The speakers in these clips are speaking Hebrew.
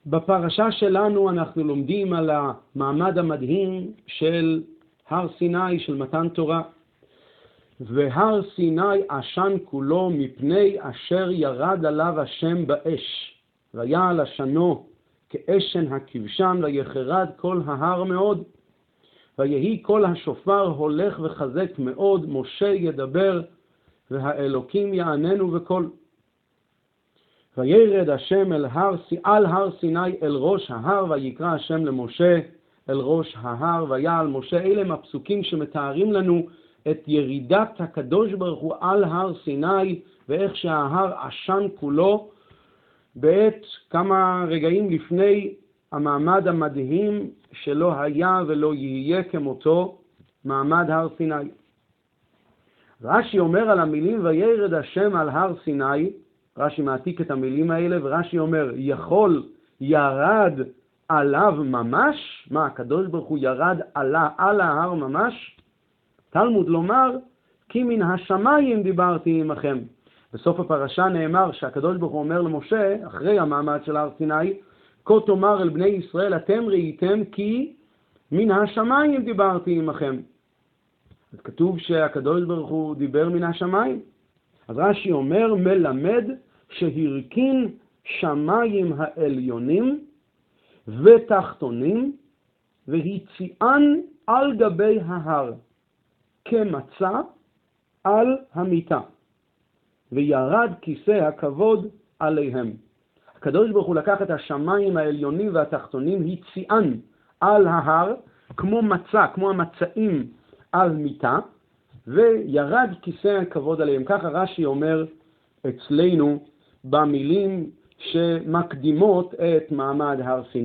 בפרשה שלנו אנחנו לומדים על המעמד המדהים של הר סיני, של מתן תורה. והר סיני עשן כולו מפני אשר ירד עליו השם באש. ויעל עשנו כאשן הכבשן ויחרד כל ההר מאוד. ויהי כל השופר הולך וחזק מאוד, משה ידבר והאלוקים יעננו בקול. וירד השם על הר סיני אל ראש ההר, ויקרא השם למשה אל ראש ההר, ויעל משה. אלה הם הפסוקים שמתארים לנו את ירידת הקדוש ברוך הוא על הר סיני, ואיך שההר עשן כולו בעת כמה רגעים לפני המעמד המדהים שלא היה ולא יהיה כמותו, מעמד הר סיני. רש"י אומר על המילים וירד השם על הר סיני, רש"י מעתיק את המילים האלה, ורש"י אומר יכול ירד עליו ממש. מה, הקדוש ברוך הוא ירד על ההר ממש? תלמוד לומר כי מן השמיים דיברתי עמכם. בסוף הפרשה נאמר שהקדוש ברוך הוא אומר למשה אחרי המעמד של הר סיני, כה תאמר אל בני ישראל אתם ראיתם כי מן השמיים דיברתי עמכם. אז כתוב שהקדוש ברוך הוא דיבר מן השמיים. אז רש"י אומר מלמד שהרכין שמיים העליונים ותחתונים והציען על גבי ההר כמצה על המיטה וירד כיסא הכבוד עליהם. הקדוש ברוך הוא לקח את השמיים העליונים והתחתונים, הציען על ההר כמו מצה, כמו המצעים על מיטה, וירד כיסא הכבוד עליהם. ככה רש"י אומר אצלנו במילים שמקדימות את מעמד הר סיני.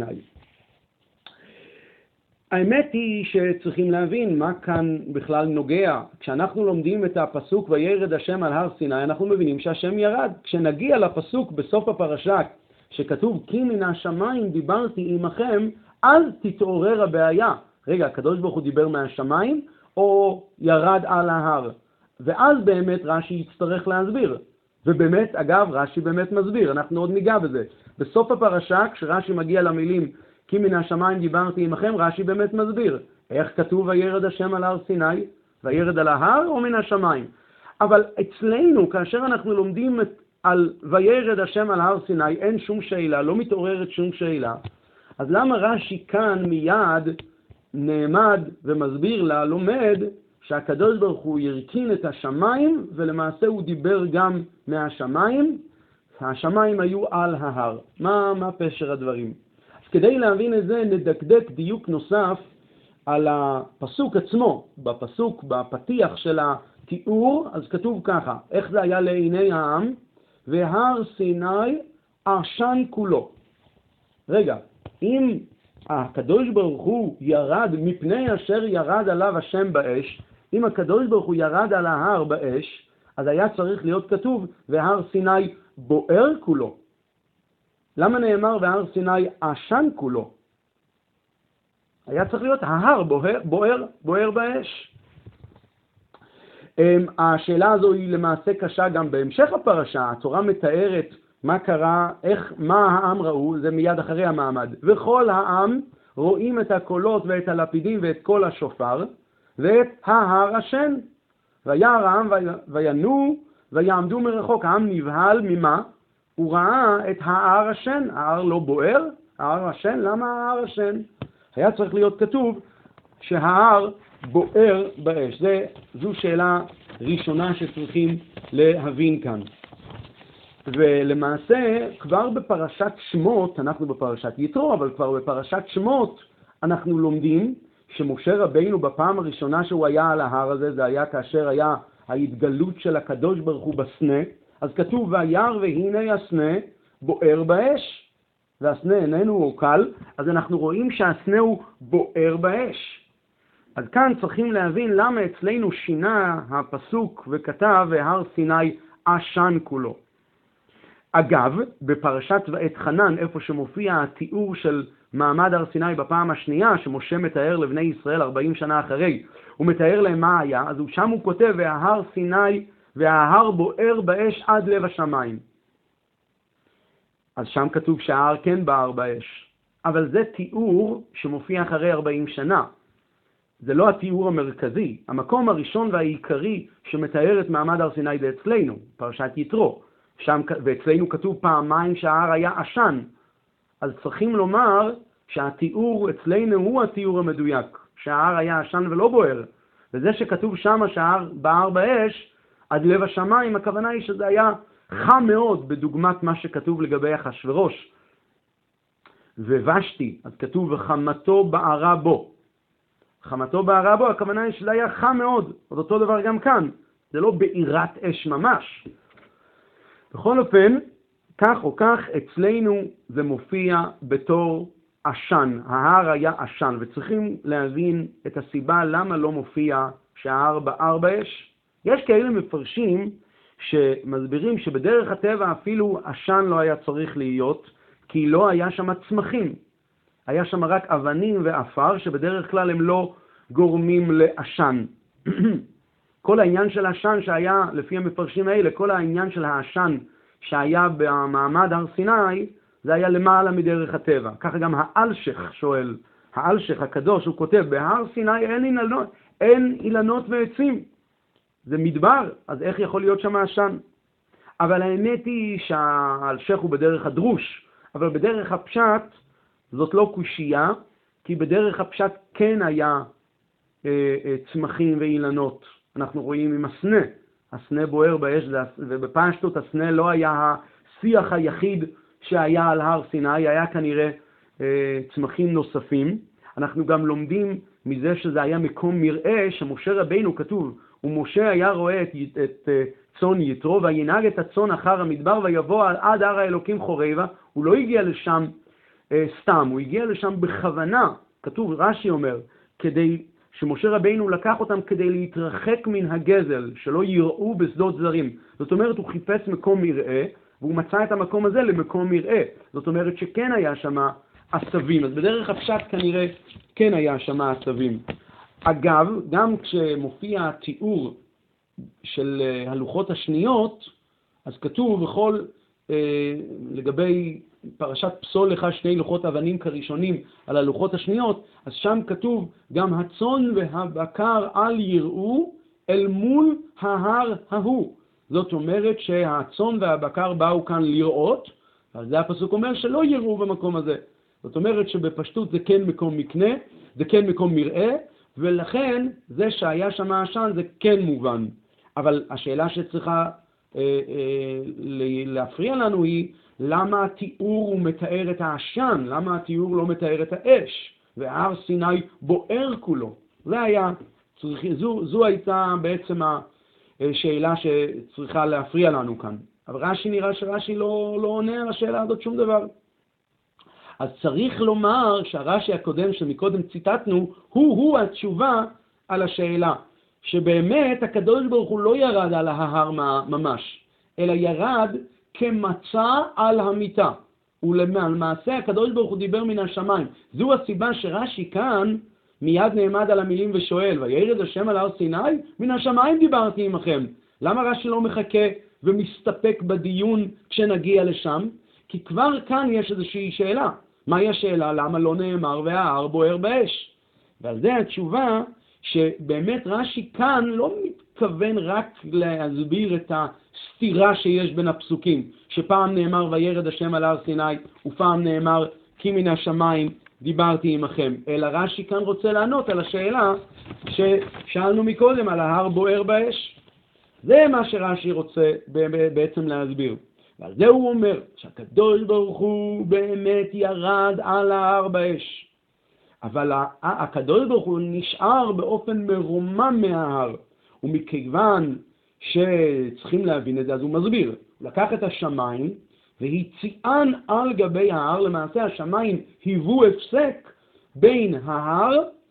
האמת היא שצריכים להבין מה כאן בכלל נוגע. כשאנחנו לומדים את הפסוק וירד השם על הר סיני, אנחנו מבינים שהשם ירד. כשנגיע לפסוק בסוף הפרשה שכתוב כי מן השמיים דיברתי עמכם, אז תתעורר הבעיה. רגע, הקדוש ברוך הוא דיבר מהשמיים או ירד על ההר? ואז באמת רש"י יצטרך להסביר. ובאמת, אגב, רש"י באמת מסביר, אנחנו עוד ניגע בזה. בסוף הפרשה, כשרש"י מגיע למילים כי מן השמיים דיברתי עמכם, רש"י באמת מסביר. איך כתוב וירד השם על הר סיני? וירד על ההר או מן השמיים? אבל אצלנו, כאשר אנחנו לומדים על וירד השם על הר סיני, אין שום שאלה, לא מתעוררת שום שאלה. אז למה רש"י כאן מיד נעמד ומסביר ללומד שהקדוש ברוך הוא ירכין את השמיים, ולמעשה הוא דיבר גם מהשמיים? השמיים היו על ההר. מה פשר הדברים? אז כדי להבין את זה נדקדק דיוק נוסף על הפסוק עצמו. בפסוק, בפתיח של התיאור, אז כתוב ככה, איך זה היה לעיני העם? והר סיני עשן כולו. רגע, אם הקדוש ברוך הוא ירד מפני אשר ירד עליו השם באש, אם הקדוש ברוך הוא ירד על ההר באש, אז היה צריך להיות כתוב והר סיני בוער כולו. למה נאמר והר סיני עשן כולו? היה צריך להיות ההר בוער באש. השאלה הזו היא למעשה קשה גם בהמשך הפרשה. התורה מתארת מה קרה, מה העם ראו, זה מיד אחרי המעמד. וכל העם רואים את הקולות ואת הלפידים ואת כל השופר ואת ההר עשן. וירא העם וינו ויעמדו מרחוק. העם נבהל ממה? הוא ראה את ההר עשן. ההר לא בוער? ההר עשן? למה ההר עשן? היה צריך להיות כתוב שההר בוער באש. זו שאלה ראשונה שצריכים להבין כאן. ולמעשה כבר בפרשת שמות, אנחנו בפרשת יתרו, אבל כבר בפרשת שמות אנחנו לומדים שמשה רבינו בפעם הראשונה שהוא היה על ההר הזה, זה היה כאשר היה ההתגלות של הקדוש ברוך הוא בסנה. אז כתוב וירא והנה הסנה בוער באש, והסנה איננו קל, אז אנחנו רואים שהסנה הוא בוער באש. אז כאן צריכים להבין למה אצלנו שינה הפסוק וכתב והר סיני עשן כולו. אגב, בפרשת ואת חנן, איפה שמופיע התיאור של מעמד הר סיני בפעם השנייה, שמשה מתאר לבני ישראל 40 שנה אחרי, הוא מתאר להם מה היה, אז שם הוא כותב וההר סיני וההר בוער באש עד לב השמיים. אז שם כתוב שההר כן בער באש. אבל זה תיאור שמופיע אחרי 40 שנה. זה לא התיאור המרכזי. המקום הראשון והעיקרי שמתאר את מעמד הר סיני זה אצלנו, פרשת יתרו. ואצלנו כתוב פעמיים שההר היה עשן. אז צריכים לומר שהתיאור אצלנו הוא התיאור המדויק, שההר היה עשן ולא בוער. וזה שכתוב שם שההר בער באש, עד לב השמיים, הכוונה היא שזה היה חם מאוד בדוגמת מה שכתוב לגבי אחשוורוש. ובשתי, אז כתוב וחמתו בערה בו. חמתו בערה בו, הכוונה היא שזה היה חם מאוד. עוד אותו דבר גם כאן. זה לא בעירת אש ממש. בכל אופן, כך או כך, אצלנו זה מופיע בתור עשן. ההר היה עשן, וצריכים להבין את הסיבה למה לא מופיע שההר בער באש. יש כאלה מפרשים שמסבירים שבדרך הטבע אפילו עשן לא היה צריך להיות, כי לא היה שם צמחים. היה שם רק אבנים ואפר, שבדרך כלל הם לא גורמים לעשן. כל העניין של העשן שהיה, לפי המפרשים האלה, כל העניין של העשן שהיה במעמד הר סיני, זה היה למעלה מדרך הטבע. ככה גם האלשך שואל, האלשך הקדוש, הוא כותב, בהר סיני אין אילנות ועצים. זה מדבר, אז איך יכול להיות שם העשן? אבל האמת היא שהאלשך הוא בדרך הדרוש, אבל בדרך הפשט זאת לא קושייה, כי בדרך הפשט כן היה צמחים ואילנות. אנחנו רואים עם הסנה, הסנה בוער באש, ובפשטות הסנה לא היה השיח היחיד שהיה על הר סיני, היה כנראה צמחים נוספים. אנחנו גם לומדים מזה שזה היה מקום מרעה, שמשה רבינו כתוב, ומשה היה רואה את צאן יתרו, וינהג את הצאן אחר המדבר, ויבוא עד הר האלוקים חורבה. הוא לא הגיע לשם סתם, הוא הגיע לשם בכוונה, כתוב, רש"י אומר, כדי שמשה רבינו לקח אותם כדי להתרחק מן הגזל, שלא יראו בשדות זרים. זאת אומרת, הוא חיפש מקום מרעה, והוא מצא את המקום הזה למקום מרעה. זאת אומרת שכן היה שם עשבים, אז בדרך הפשט כנראה כן היה שם עשבים. אגב, גם כשמופיע התיאור של הלוחות השניות, אז כתוב בכל, לגבי פרשת פסול לך שני לוחות אבנים כראשונים על הלוחות השניות, אז שם כתוב גם הצאן והבקר אל יראו אל מול ההר ההוא. זאת אומרת שהצאן והבקר באו כאן לראות, אז זה הפסוק אומר שלא יראו במקום הזה. זאת אומרת שבפשטות זה כן מקום מקנה, זה כן מקום מרעה, ולכן זה שהיה שם העשן זה כן מובן. אבל השאלה שצריכה להפריע לנו היא, למה התיאור הוא מתאר את העשן? למה התיאור לא מתאר את האש? והר סיני בוער כולו. זו הייתה בעצם השאלה שצריכה להפריע לנו כאן. אבל רש"י נראה שרש"י לא עונה על השאלה הזאת שום דבר. אז צריך לומר שהרש"י הקודם שמקודם ציטטנו, הוא התשובה על השאלה. שבאמת הקדוש ברוך הוא לא ירד על ההר ממש, אלא ירד כמצא על המיטה. ולמעשה הקדוש ברוך הוא דיבר מן השמיים. זו הסיבה שרש"י כאן מיד נעמד על המילים ושואל, וירד השם על הר סיני, מן השמיים דיברתי עמכם. למה רש"י לא מחכה ומסתפק בדיון כשנגיע לשם? כי כבר כאן יש איזושהי שאלה. מהי השאלה? למה לא נאמר וההר בוער באש? ועל זה התשובה שבאמת רש"י כאן לא מתכוון רק להסביר את הסתירה שיש בין הפסוקים, שפעם נאמר וירד השם על הר סיני, ופעם נאמר כי מן השמיים דיברתי עמכם, אלא רש"י כאן רוצה לענות על השאלה ששאלנו מקודם על ההר בוער באש. זה מה שרש"י רוצה בעצם להסביר. ועל זה הוא אומר שהקדוש ברוך הוא באמת ירד על ההר באש. אבל הקדוש ברוך הוא נשאר באופן מרומם מההר, ומכיוון שצריכים להבין את זה, אז הוא מסביר. הוא לקח את השמיים והציען על גבי ההר, למעשה השמיים היוו הפסק בין ההר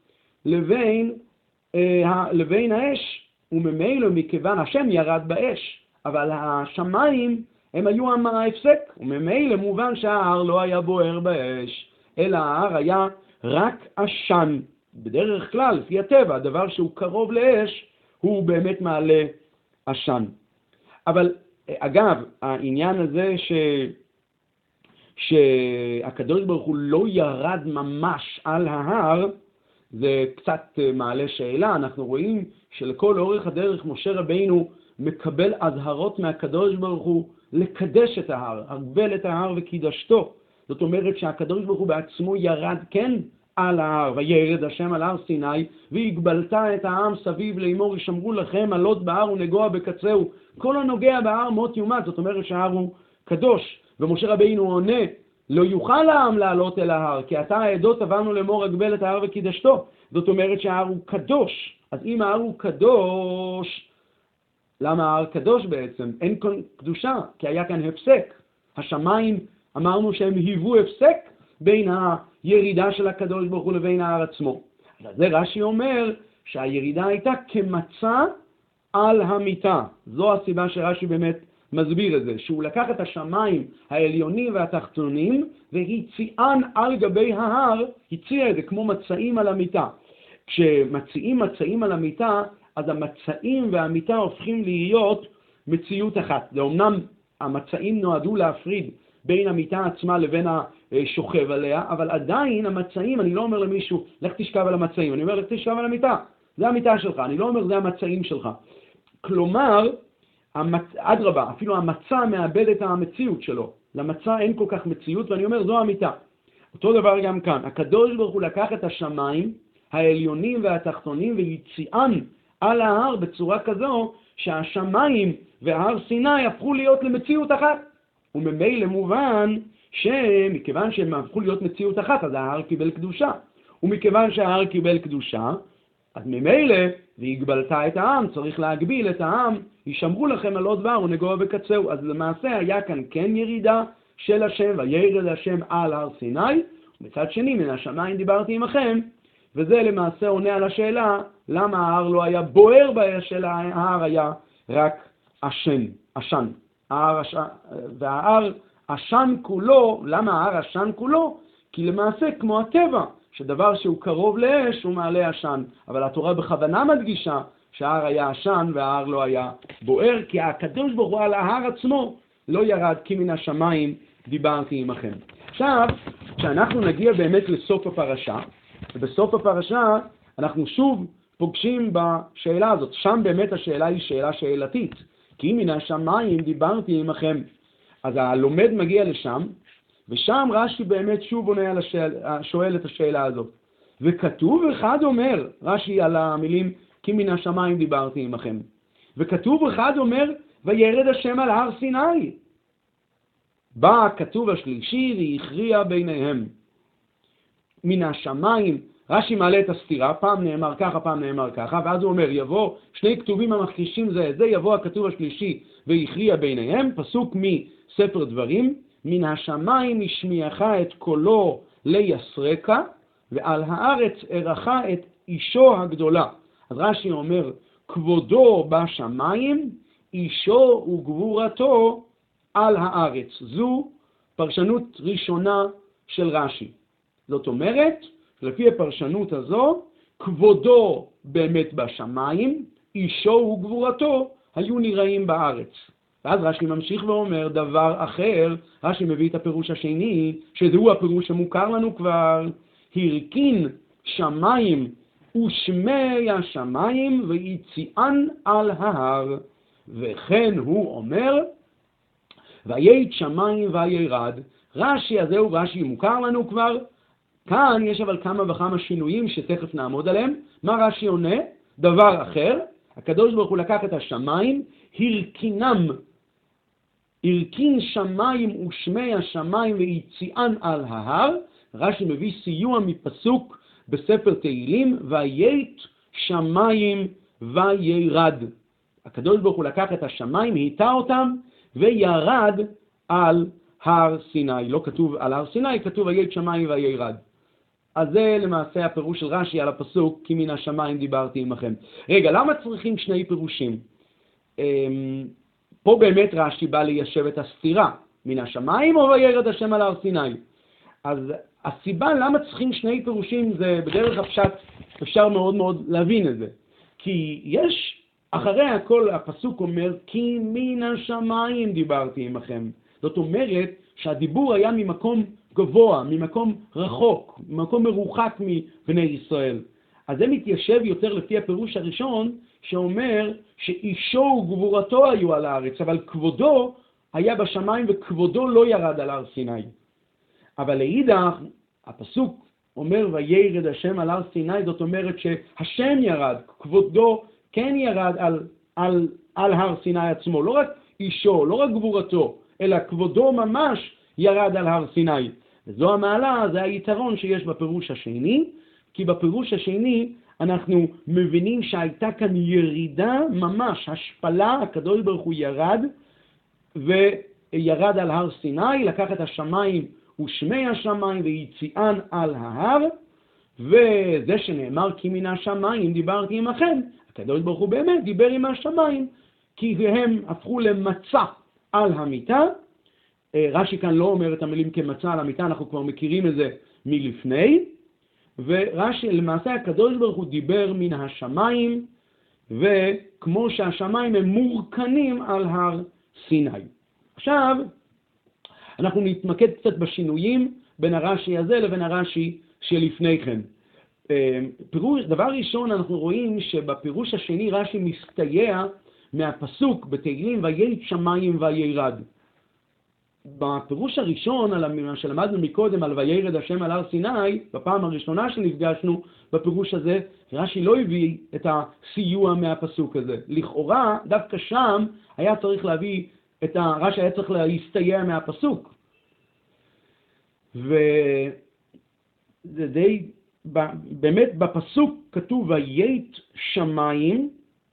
לבין האש, וממילא מכיוון השם ירד באש, אבל השמיים הם היו ההפסק, וממילא מובן שההר לא היה בוער באש, אלא ההר היה רק עשן. בדרך כלל, לפי הטבע, הדבר שהוא קרוב לאש, הוא באמת מעלה עשן. אבל אגב, העניין הזה שהקדוש ברוך הוא לא ירד ממש על ההר, זה קצת מעלה שאלה. אנחנו רואים שלכל אורך הדרך משה רבינו מקבל אזהרות מהקדוש ברוך הוא לקדש את ההר, הגבל את ההר וקידשתו. זאת אומרת שהקדוש ברוך הוא בעצמו ירד כן על ההר, וירד השם על הר סיני, והגבלת את העם סביב לאמור, ישמרו לכם עלות בהר ונגוע בקצהו, כל הנוגע בהר מות יומת. זאת אומרת שההר הוא קדוש, ומשה רבינו עונה, לא יוכל העם לעלות אל ההר, כי אתה העדות הבנו לאמור הגבל את ההר וקידשתו. זאת אומרת שההר הוא קדוש. אז אם ההר הוא קדוש, למה ההר קדוש בעצם? אין כאן קדושה, כי היה כאן הפסק. השמיים אמרנו שהם היוו הפסק בין הירידה של הקדוש ברוך הוא לבין ההר עצמו. אז זה רש"י אומר שהירידה הייתה כמצה על המיטה. זו הסיבה שרש"י באמת מסביר את זה, שהוא לקח את השמיים העליונים והתחתונים והציען על גבי ההר, הציע את זה כמו מצעים על המיטה. כשמציעים מצעים על המיטה, אז המצעים והמיטה הופכים להיות מציאות אחת. זה אומנם המצעים נועדו להפריד בין המיטה עצמה לבין השוכב עליה, אבל עדיין המצעים, אני לא אומר למישהו, לך תשכב על המצעים, אני אומר, לך תשכב על המיטה. זה המיטה שלך, אני לא אומר, זה המצעים שלך. כלומר, אדרבה, אפילו המצע מאבד את המציאות שלו. למצע אין כל כך מציאות, ואני אומר, זו המיטה. אותו דבר גם כאן. הקדוש ברוך הוא לקח את השמיים העליונים והתחתונים והציען על ההר בצורה כזו שהשמיים וההר סיני הפכו להיות למציאות אחת. וממילא מובן שמכיוון שהם הפכו להיות מציאות אחת, אז ההר קיבל קדושה. ומכיוון שההר קיבל קדושה, אז ממילא, והגבלת את העם, צריך להגביל את העם, ישמרו לכם עלות בהר ונגוע בקצהו. אז למעשה היה כאן כן ירידה של השם, וירד השם על הר סיני, ומצד שני, מן השמיים דיברתי עמכם, וזה למעשה עונה על השאלה, למה ההר לא היה בוער באש, אלא ההר היה רק עשן. וההר עשן כולו, למה ההר עשן כולו? כי למעשה כמו הטבע, שדבר שהוא קרוב לאש הוא מעלה עשן, אבל התורה בכוונה מדגישה שההר היה עשן וההר לא היה בוער, כי הקדוש ברוך הוא על ההר עצמו לא ירד, כי מן השמיים דיברתי עמכם. עכשיו, כשאנחנו נגיע באמת לסוף הפרשה, ובסוף הפרשה אנחנו שוב פוגשים בשאלה הזאת. שם באמת השאלה היא שאלה שאלתית, כי מן השמיים דיברתי עמכם. אז הלומד מגיע לשם, ושם רש"י באמת שוב עונה על שואל את השאלה הזאת. וכתוב אחד אומר, רש"י על המילים, כי מן השמיים דיברתי עמכם. וכתוב אחד אומר, וירד השם על הר סיני. בא הכתוב השלישי והכריע ביניהם. מן השמיים, רש"י מעלה את הסתירה, פעם נאמר ככה, פעם נאמר ככה, ואז הוא אומר, יבוא שני כתובים המכחישים זה, יבוא הכתוב השלישי והכריע ביניהם, פסוק מספר דברים, מן השמיים השמיעך את קולו ליסרקה, ועל הארץ ערך את אישו הגדולה. אז רש"י אומר, כבודו בשמיים, אישו וגבורתו על הארץ. זו פרשנות ראשונה של רש"י. זאת אומרת, לפי הפרשנות הזו, כבודו באמת בשמיים, אישו וגבורתו היו נראים בארץ. ואז רש"י ממשיך ואומר דבר אחר, רש"י מביא את הפירוש השני, שזהו הפירוש שמוכר לנו כבר, הרכין שמיים ושמי השמיים ויציאן על ההר. וכן הוא אומר, ויית שמיים וירד. רש"י הזה הוא רש"י מוכר לנו כבר, כאן יש אבל כמה וכמה שינויים שתכף נעמוד עליהם. מה רש"י עונה? דבר אחר, הקדוש ברוך הוא לקח את השמיים, הרכין שמיים ושמי השמיים ויציאן על ההר. רש"י מביא סיוע מפסוק בספר תהילים, ויית שמיים וירד. הקדוש ברוך הוא לקח את השמיים, היטה אותם וירד על הר סיני. לא כתוב על הר סיני, כתוב ויית שמיים וירד. אז זה למעשה הפירוש של רש"י על הפסוק, כי מן השמיים דיברתי עמכם. רגע, למה צריכים שני פירושים? פה באמת רש"י בא ליישב את הסתירה, מן השמיים או וירד השם על הר סיני. אז הסיבה למה צריכים שני פירושים זה בדרך הפשט, אפשר מאוד מאוד להבין את זה. כי יש, אחרי הכל הפסוק אומר, כי מן השמיים דיברתי עמכם. זאת אומרת שהדיבור היה ממקום גבוה, ממקום רחוק, ממקום מרוחק מבני ישראל. אז זה מתיישב יותר לפי הפירוש הראשון, שאומר שאישו וגבורתו היו על הארץ, אבל כבודו היה בשמיים וכבודו לא ירד על הר סיני. אבל לאידך, הפסוק אומר וירד השם על הר סיני, זאת אומרת שהשם ירד, כבודו כן ירד על הר סיני עצמו, לא רק אישו, לא רק גבורתו, אלא כבודו ממש ירד על הר סיני. וזו המעלה, זה היתרון שיש בפירוש השני, כי בפירוש השני אנחנו מבינים שהייתה כאן ירידה ממש, השפלה, הקדוש ברוך הוא ירד, וירד על הר סיני, לקח את השמיים ושמי השמיים ויציאן על ההר, וזה שנאמר כי מן השמיים דיברתי עמכם, הקדוש ברוך הוא באמת דיבר עם השמיים, כי הם הפכו למצע על המיטה. רש"י כאן לא אומר את המילים כמצע על המיטה, אנחנו כבר מכירים את זה מלפני, ורש"י למעשה הקדוש ברוך הוא דיבר מן השמיים, וכמו שהשמיים הם מורכנים על הר סיני. עכשיו אנחנו נתמקד קצת בשינויים בין הרש"י הזה לבין הרש"י שלפני כן. דבר ראשון, אנחנו רואים שבפירוש השני רש"י מסתייע מהפסוק בתהילים ויית שמיים וירד. בפירוש הראשון, שלמדנו מקודם על וירד השם על הר סיני, בפעם הראשונה שנפגשנו בפירוש הזה, רש"י לא הביא את הסיוע מהפסוק הזה. לכאורה, דווקא שם היה צריך להביא רש"י היה צריך להסתייע מהפסוק. וזה די, באמת בפסוק כתוב ויית שמיים,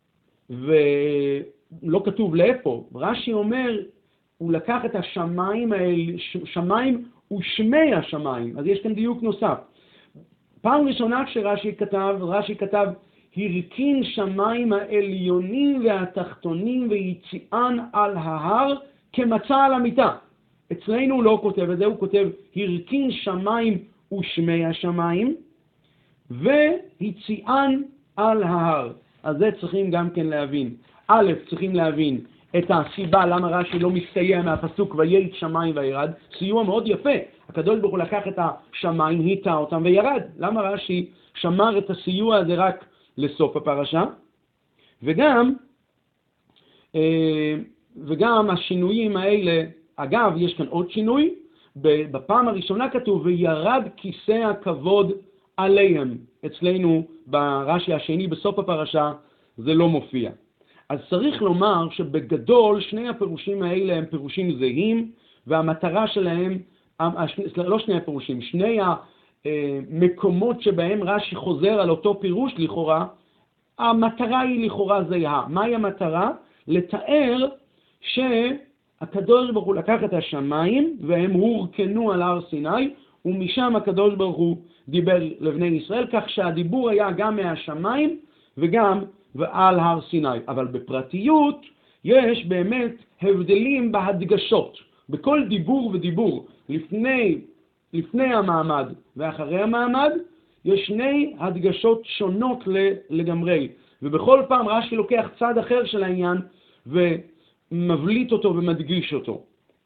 ולא כתוב לאיפה. רש"י אומר, הוא לקח את השמיים האלה, שמיים ושמי השמיים. אז יש כאן דיוק נוסף. פעם ראשונה כשרש"י כתב, הרכין שמיים העליונים והתחתונים ויציאן על ההר כמצע על המיטה. אצלנו הוא לא כותב את זה, הוא כותב הרכין שמיים ושמי השמיים ויציאן על ההר. אז זה צריכים גם כן להבין. א', צריכים להבין את הסיבה למה רש"י לא מסתייע מהפסוק ויית שמיים וירד. סיוע מאוד יפה. הקדוש ברוך הוא לקח את השמיים, היטה אותם וירד. למה רש"י שמר את הסיוע הזה רק לסוף הפרשה? וגם השינויים האלה, אגב, יש כאן עוד שינוי. בפעם הראשונה כתוב וירד כיסא הכבוד עליהם. אצלנו ברש"י השני בסוף הפרשה זה לא מופיע. אז צריך לומר שבגדול שני הפירושים האלה הם פירושים זהים, והמטרה שלהם, לא שני הפירושים, שני המקומות שבהם רש"י חוזר על אותו פירוש לכאורה, המטרה היא לכאורה זהה. מהי המטרה? לתאר שהקדוש ברוך הוא לקח את השמיים והם הורכנו על הר סיני, ומשם הקדוש ברוך הוא דיבר לבני ישראל, כך שהדיבור היה גם מהשמיים וגם ועל הר סיני. אבל בפרטיות יש באמת הבדלים בהדגשות. בכל דיבור ודיבור, לפני המעמד ואחרי המעמד, יש שני הדגשות שונות לגמרי. ובכל פעם רש"י לוקח צד אחר של העניין ומבליט אותו ומדגיש אותו.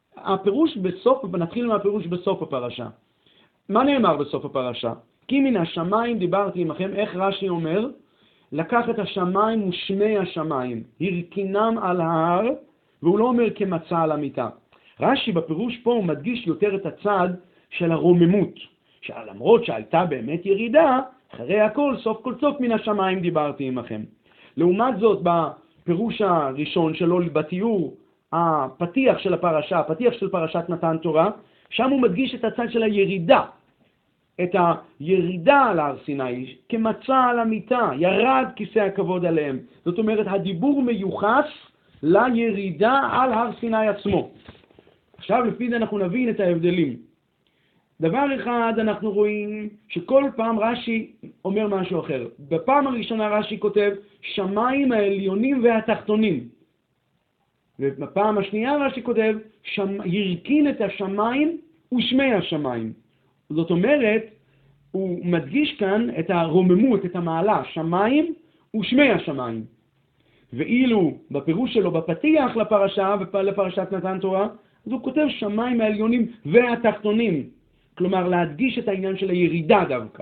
נתחיל מהפירוש בסוף הפרשה. מה נאמר בסוף הפרשה? כי מן השמיים דיברתי עמכם, איך רש"י אומר? לקח את השמיים ושמי השמיים, הרכינם על ההר, והוא לא אומר כמצע על המיטה. רש"י בפירוש פה הוא מדגיש יותר את הצד של הרוממות, שלמרות שהייתה באמת ירידה, אחרי הכל, סוף כל סוף מן השמיים דיברתי עמכם. לעומת זאת, בפירוש הראשון שלו, בתיאור הפתיח של הפרשה, הפתיח של פרשת מתן תורה, שם הוא מדגיש את הצד של הירידה, את הירידה על הר סיני, כמצע על המיטה, ירד כיסא הכבוד עליהם. זאת אומרת, הדיבור מיוחס לירידה על הר סיני עצמו. עכשיו לפי זה אנחנו נבין את ההבדלים. דבר אחד אנחנו רואים שכל פעם רש"י אומר משהו אחר. בפעם הראשונה רש"י כותב שמיים העליונים והתחתונים. ובפעם השנייה רש"י כותב הרכין את השמיים ושמי השמיים. זאת אומרת, הוא מדגיש כאן את הרוממות, את המעלה, שמיים ושמי השמיים. ואילו בפירוש שלו בפתיח לפרשה ולפרשת מתן תורה, אז הוא כותב שמיים העליונים והתחתונים, כלומר להדגיש את העניין של הירידה דווקא.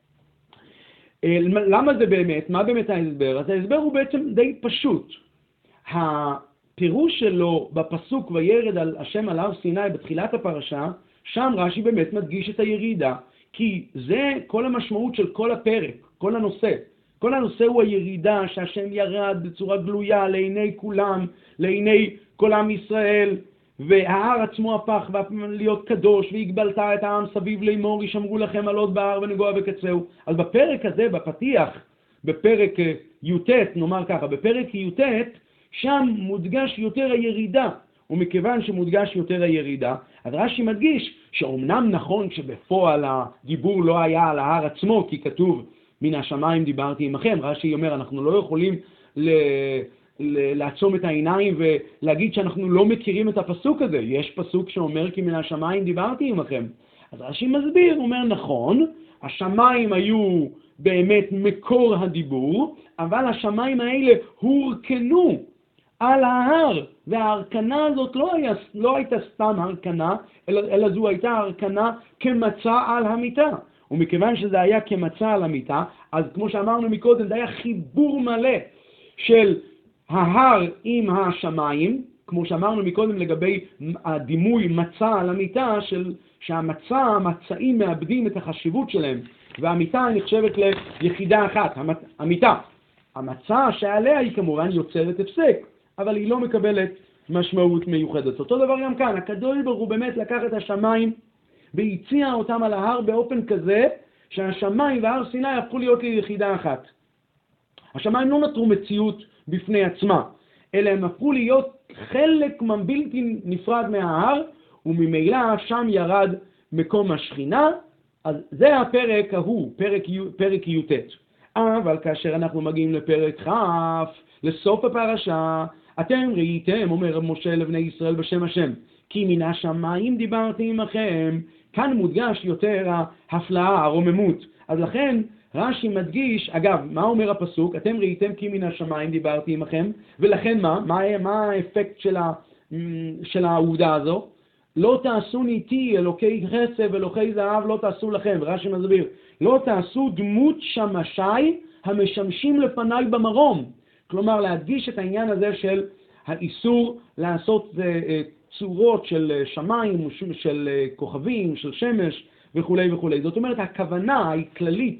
למה זה באמת? מה באמת ההסבר? אז ההסבר הוא בעצם די פשוט. הפירוש שלו בפסוק וירד על השם על הר סיני בתחילת הפרשה, שם רש"י באמת מדגיש את הירידה, כי זה כל המשמעות של כל הפרק, כל הנושא. כל הנושא הוא הירידה שהשם ירד בצורה גלויה לעיני כולם, לעיני כל עם ישראל, וההר עצמו הפך להיות קדוש, והגבלת את העם סביב לאמור, ישמרו לכם עלות בהר ונגוע בקצהו. אז בפרק הזה, בפתיח, בפרק י"ט, נאמר ככה, בפרק י"ט, שם מודגש יותר הירידה, ומכיוון שמודגש יותר הירידה, אז רש"י מדגיש שאומנם נכון שבפועל הדיבור לא היה על ההר עצמו, כי כתוב מן השמיים דיברתי עמכם. רש"י אומר, אנחנו לא יכולים לעצום את העיניים ולהגיד שאנחנו לא מכירים את הפסוק הזה. יש פסוק שאומר כי מן השמיים דיברתי עמכם. אז רש"י מסביר, הוא אומר נכון, השמיים היו באמת מקור הדיבור, אבל השמיים האלה הורכנו על ההר, וההרכנה הזאת לא הייתה סתם הרכנה, אלא זו הייתה הרכנה כמצע על המיטה. ומכיוון שזה היה כמצע על המיטה, אז כמו שאמרנו מקודם, זה היה חיבור מלא של ההר עם השמיים, כמו שאמרנו מקודם לגבי הדימוי מצע על המיטה, שהמצעים מאבדים את החשיבות שלהם, והמיטה נחשבת ליחידה אחת, המיטה. המצע שעליה היא כמובן יוצרת הפסק, אבל היא לא מקבלת משמעות מיוחדת. אותו דבר גם כאן, הקדוש ברוך הוא באמת לקח את השמיים והציע אותם על ההר באופן כזה שהשמיים והר סיני הפכו להיות ליחידה אחת. השמיים לא נותרו מציאות בפני עצמה, אלא הם הפכו להיות חלק בלתי נפרד מההר, וממילא שם ירד מקום השכינה. אז זה הפרק ההוא, פרק י"ט. אבל כאשר אנחנו מגיעים לפרק כ', לסוף הפרשה, אתם ראיתם, אומר משה לבני ישראל בשם השם, כי מן השמיים דיברתי עמכם. כאן מודגש יותר ההפלאה, הרוממות. אז לכן רש"י מדגיש, אגב, מה אומר הפסוק? אתם ראיתם כי מן השמיים דיברתי עמכם, ולכן מה האפקט של העובדה הזו? לא תעשו ניתי, אלוקי חסד ואלוקי זהב לא תעשו לכם. רש"י מסביר, לא תעשו דמות שמשי המשמשים לפניי במרום. כלומר, להדגיש את העניין הזה של האיסור לעשות צורות של שמיים, של כוכבים, של שמש וכו' וכו'. זאת אומרת, הכוונה הכללית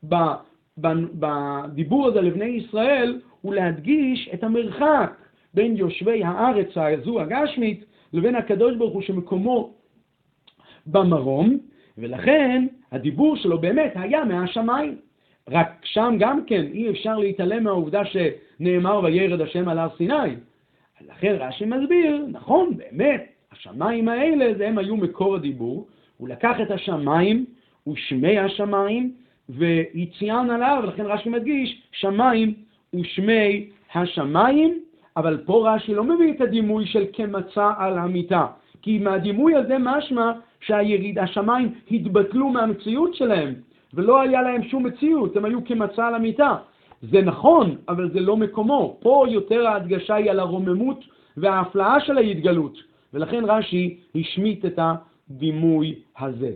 בדיבור הזה לבני ישראל הוא להדגיש את המרחק בין יושבי הארץ הזו הגשמית לבין הקדוש ברוך הוא שמקומו במרום, ולכן הדיבור שלו באמת היה מהשמיים. רק שם גם כן אי אפשר להתעלם מהעובדה שנאמר וירד השם על הר סיני. לכן רש"י מסביר, נכון, באמת, השמיים האלה הם היו מקור הדיבור, הוא לקח את השמיים ושמי השמיים והציען עליו, ולכן רש"י מדגיש שמיים ושמי השמיים. אבל פה רש"י לא מביא את הדימוי של כמצע על המיטה, כי מהדימוי הזה משמע שהשמיים התבטלו מהמציאות שלהם, ולא היה להם שום מציאות, הם היו כמצע על המיטה. זה נכון, אבל זה לא מקומו. פה יותר ההדגשה היא על הרוממות וההפלאה של ההתגלות, ולכן רש"י השמיט את הדימוי הזה.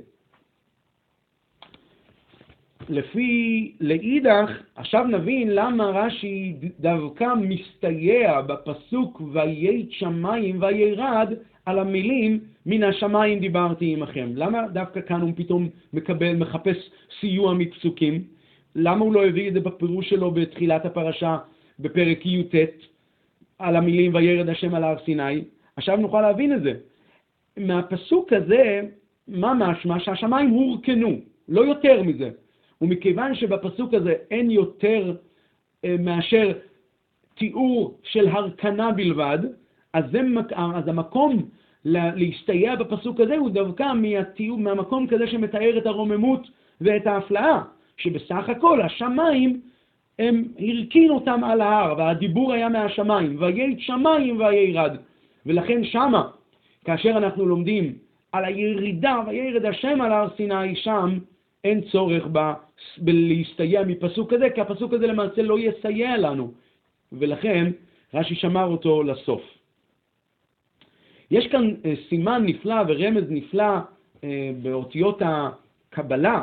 לאידך, עכשיו נבין למה רש"י דווקא מסתייע בפסוק ויית שמיים וירד על המילים מן השמיים דיברתי עמכם. למה דווקא כאן הוא פתאום מחפש סיוע מפסוקים? למה הוא לא הביא את זה בפירוש שלו בתחילת הפרשה בפרק י"ט על המילים וירד השם על הר סיני? עכשיו נוכל להבין את זה. מהפסוק הזה ממש מה שהשמיים הורכנו, לא יותר מזה. ומכיוון שבפסוק הזה אין יותר מאשר תיאור של הרכנה בלבד, אז המקום להסתייע בפסוק הזה הוא דווקא מהמקום כזה שמתאר את הרוממות ואת ההפלאה, שבסך הכל השמיים הם הרכין אותם על ההר, והדיבור היה מהשמיים, ויית שמיים וירד. ולכן שמה, כאשר אנחנו לומדים על הירידה וירד השם על הר סיני, שם אין צורך להסתייע מפסוק הזה, כי הפסוק הזה למעשה לא יסייע לנו, ולכן רש"י שמר אותו לסוף. יש כאן סימן נפלא ורמז נפלא באותיות הקבלה,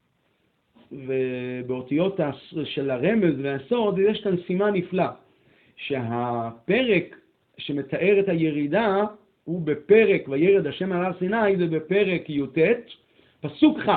ובאותיות של הרמז והסוד, יש כאן סימן נפלא, שהפרק שמתאר את הירידה הוא בפרק וירד השם על הר סיני, זה בפרק י"ט, פסוק כ'.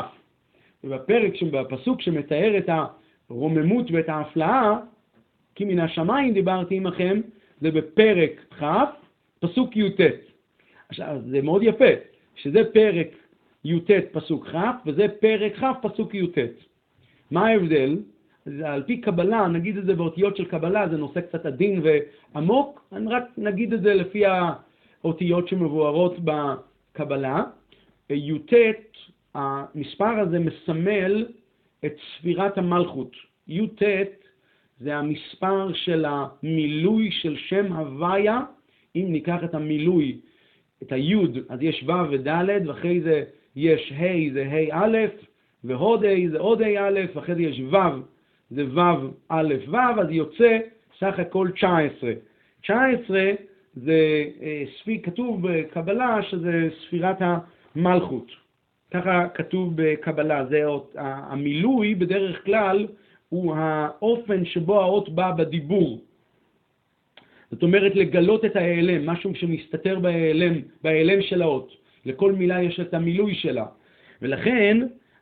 ובפסוק שמתאר את הרוממות ואת ההפלאה, כי מן השמיים דיברתי עמכם, זה בפרק כ', פסוק י"ט. עכשיו, זה מאוד יפה, שזה פרק י"ט פסוק כ', וזה פרק כ' פסוק י"ט. מה ההבדל? על פי קבלה, נגיד את זה באותיות של קבלה, זה נושא קצת עדין ועמוק, אני רק נגיד את זה לפי האותיות שמבוארות בקבלה. י"ט, המספר הזה מסמל את ספירת המלכות. י"ט זה המספר של המילוי של שם הוויה. אם ניקח את המילוי, את היוד, אז יש ו' וד', ואחרי זה יש ה', זה ה' א', והוד ה' זה עוד ה' א', ואחרי זה יש ו', זה ו' א' ו', אז יוצא סך הכל 19. 19 זה כתוב בקבלה שזה ספירת המלכות. ככה כתוב בקבלה, זה המילוי בדרך כלל הוא האופן שבו האות בא בדיבור. זאת אומרת לגלות את ההיעלם, משהו שמסתתר בהיעלם של האות. לכל מילה יש את המילוי שלה. ולכן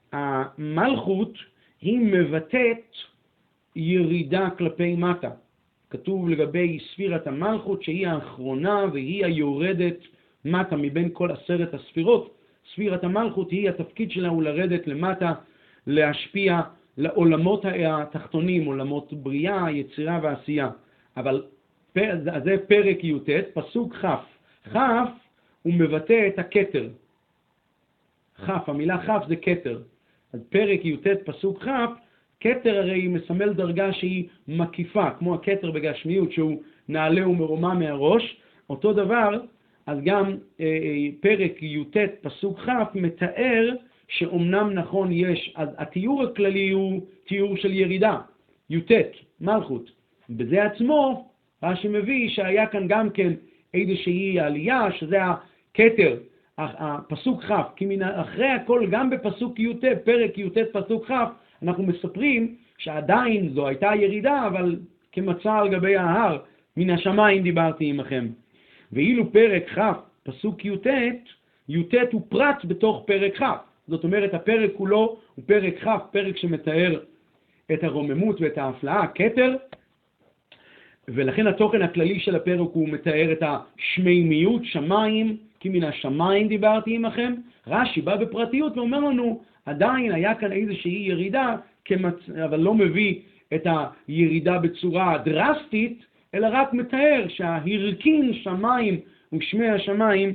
המלכות היא מבטאת ירידה כלפי מטה. כתוב לגבי ספירת המלכות שהיא האחרונה והיא היורדת מטה מבין כל 10 הספירות. ספירת המלכות היא התפקיד שלה הוא לרדת למטה, להשפיע לעולמות התחתונים, עולמות בריאה, יצירה ועשייה. אבל זה פרק י"ט, פסוק כ'. כ' הוא מבטא את הכתר. כ', המילה כ' זה כתר. אז פרק י"ט פסוק כ', כתר הרי מסמל דרגה שהיא מקיפה, כמו הכתר בגשמיות שהוא נעלה ומרומם מהראש. אותו דבר, אז גם פרק י"ט פסוק כ' מתאר שאומנם נכון יש, אז התיאור הכללי הוא תיאור של ירידה, י"ט, מלכות. בזה עצמו, רש"י מביא שהיה כאן גם כן איזושהי עלייה, שזה הכתר, הפסוק כ', כי אחרי הכל גם בפסוק י"ט, פרק י"ט פסוק כ', אנחנו מספרים שעדיין זו הייתה ירידה, אבל כמצע על גבי ההר, מן השמיים דיברתי עמכם. ואילו פרק כ', פסוק י"ט, י"ט הוא פרט בתוך פרק כ'. זאת אומרת, הפרק כולו הוא פרק כ', פרק שמתאר את הרוממות ואת ההפלאה, הכתר, ולכן התוכן הכללי של הפרק הוא מתאר את השמימיות, שמיים, כי מן השמיים דיברתי עמכם. רש"י בא בפרטיות ואומר לנו, עדיין היה כאן איזושהי ירידה, אבל לא מביא את הירידה בצורה דרסטית, אלא רק מתאר שהרכין שמיים ושמי השמיים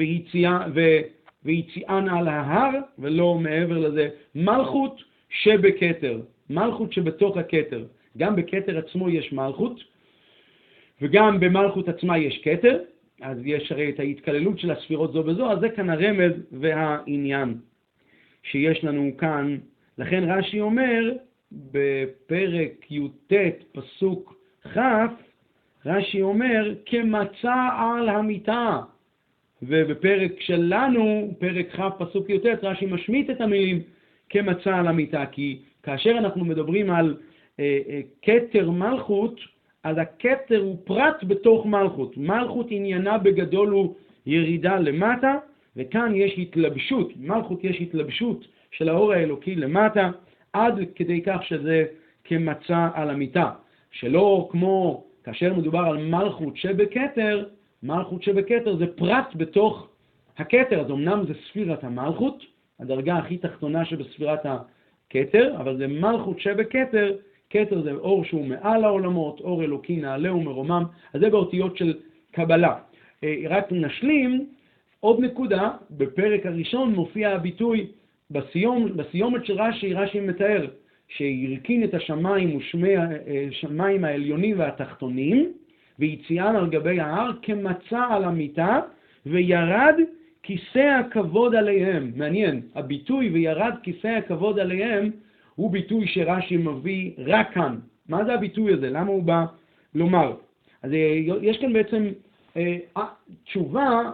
ויציאן על ההר, ולא מעבר לזה, מלכות שבכתר, מלכות שבתוך הכתר. גם בכתר עצמו יש מלכות, וגם במלכות עצמה יש כתר, אז יש הרי את ההתכללות של הספירות זו בזו, אז זה כאן הרמז והעניין שיש לנו כאן. לכן רש"י אומר, בפרק י"ט פסוק כ', רש"י אומר, כמצע על המיטה. ובפרק שלנו, פרק כ' פסוק י"ט, רש"י משמיט את המילים כמצע על המיטה, כי כאשר אנחנו מדברים על כתר מלכות, אז הכתר הוא פרט בתוך מלכות. מלכות עניינה בגדול הוא ירידה למטה, וכאן יש התלבשות, מלכות יש התלבשות של האור האלוקי למטה, עד כדי כך שזה כמצע על המיטה. שלא כמו כאשר מדובר על מלכות שבכתר, מלכות שבכתר זה פרט בתוך הכתר, אז אמנם זה ספירת המלכות, הדרגה הכי תחתונה שבספירת הכתר, אבל זה מלכות שבכתר, כתר זה אור שהוא מעל העולמות, אור אלוקי נעלה ומרומם, אז זה באותיות של קבלה. רק נשלים עוד נקודה, בפרק הראשון מופיע הביטוי, בסיומת של רש"י, רש"י מתאר שהרכין את השמיים ושמי השמיים העליונים והתחתונים, ויציאן על גבי ההר כמצע על המיטה, וירד כיסא הכבוד עליהם. מעניין, הביטוי וירד כיסא הכבוד עליהם, הוא ביטוי שרש"י מביא רק כאן. מה זה הביטוי הזה? למה הוא בא לומר? אז יש כאן בעצם תשובה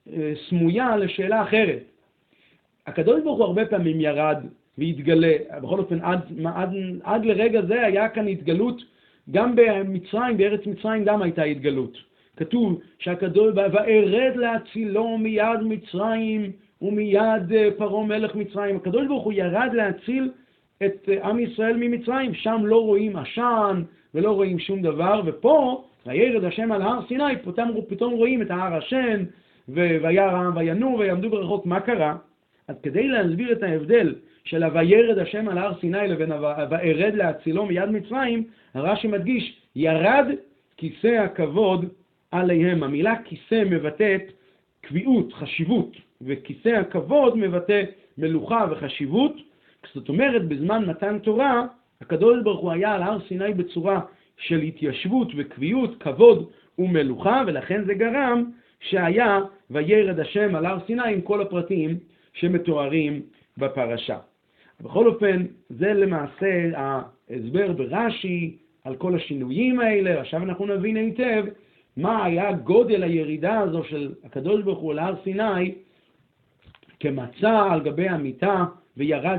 סמויה לשאלה אחרת. הקדוש ברוך הוא הרבה פעמים ירד והתגלה, בכל אופן עד לרגע זה היה כאן התגלות, גם במצרים, בארץ מצרים גם הייתה התגלות. כתוב שהקדוש וארד להצילו מיד מצרים ומיד פרעה מלך מצרים. הקדוש ברוך הוא ירד להציל את עם ישראל ממצרים, שם לא רואים עשן ולא רואים שום דבר, ופה וירד השם על הר סיני, פתאום רואים את ההר השן וינועו ויעמדו ברחוק. מה קרה? אז כדי להסביר את ההבדל של וירד השם על הר סיני לבין וארד להצילו מיד מצרים, הרש"י מדגיש ירד כיסא הכבוד עליהם. המילה כיסא מבטאת קביעות, חשיבות, וכיסא הכבוד מבטא מלוכה וחשיבות. זאת אומרת, בזמן מתן תורה, הקדוש ברוך הוא היה על הר סיני בצורה של התיישבות וקביעות, כבוד ומלוכה, ולכן זה גרם שהיה וירד השם על הר סיני עם כל הפרטים שמתוארים בפרשה. בכל אופן, זה למעשה ההסבר ברש"י על כל השינויים האלה. עכשיו אנחנו נבין היטב מה היה גודל הירידה הזו של הקדוש ברוך הוא על הר סיני כמצע על גבי המיטה, וירד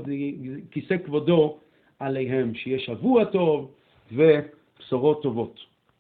כיסא כבודו עליהם. שיהיה שבוע טוב ובשורות טובות.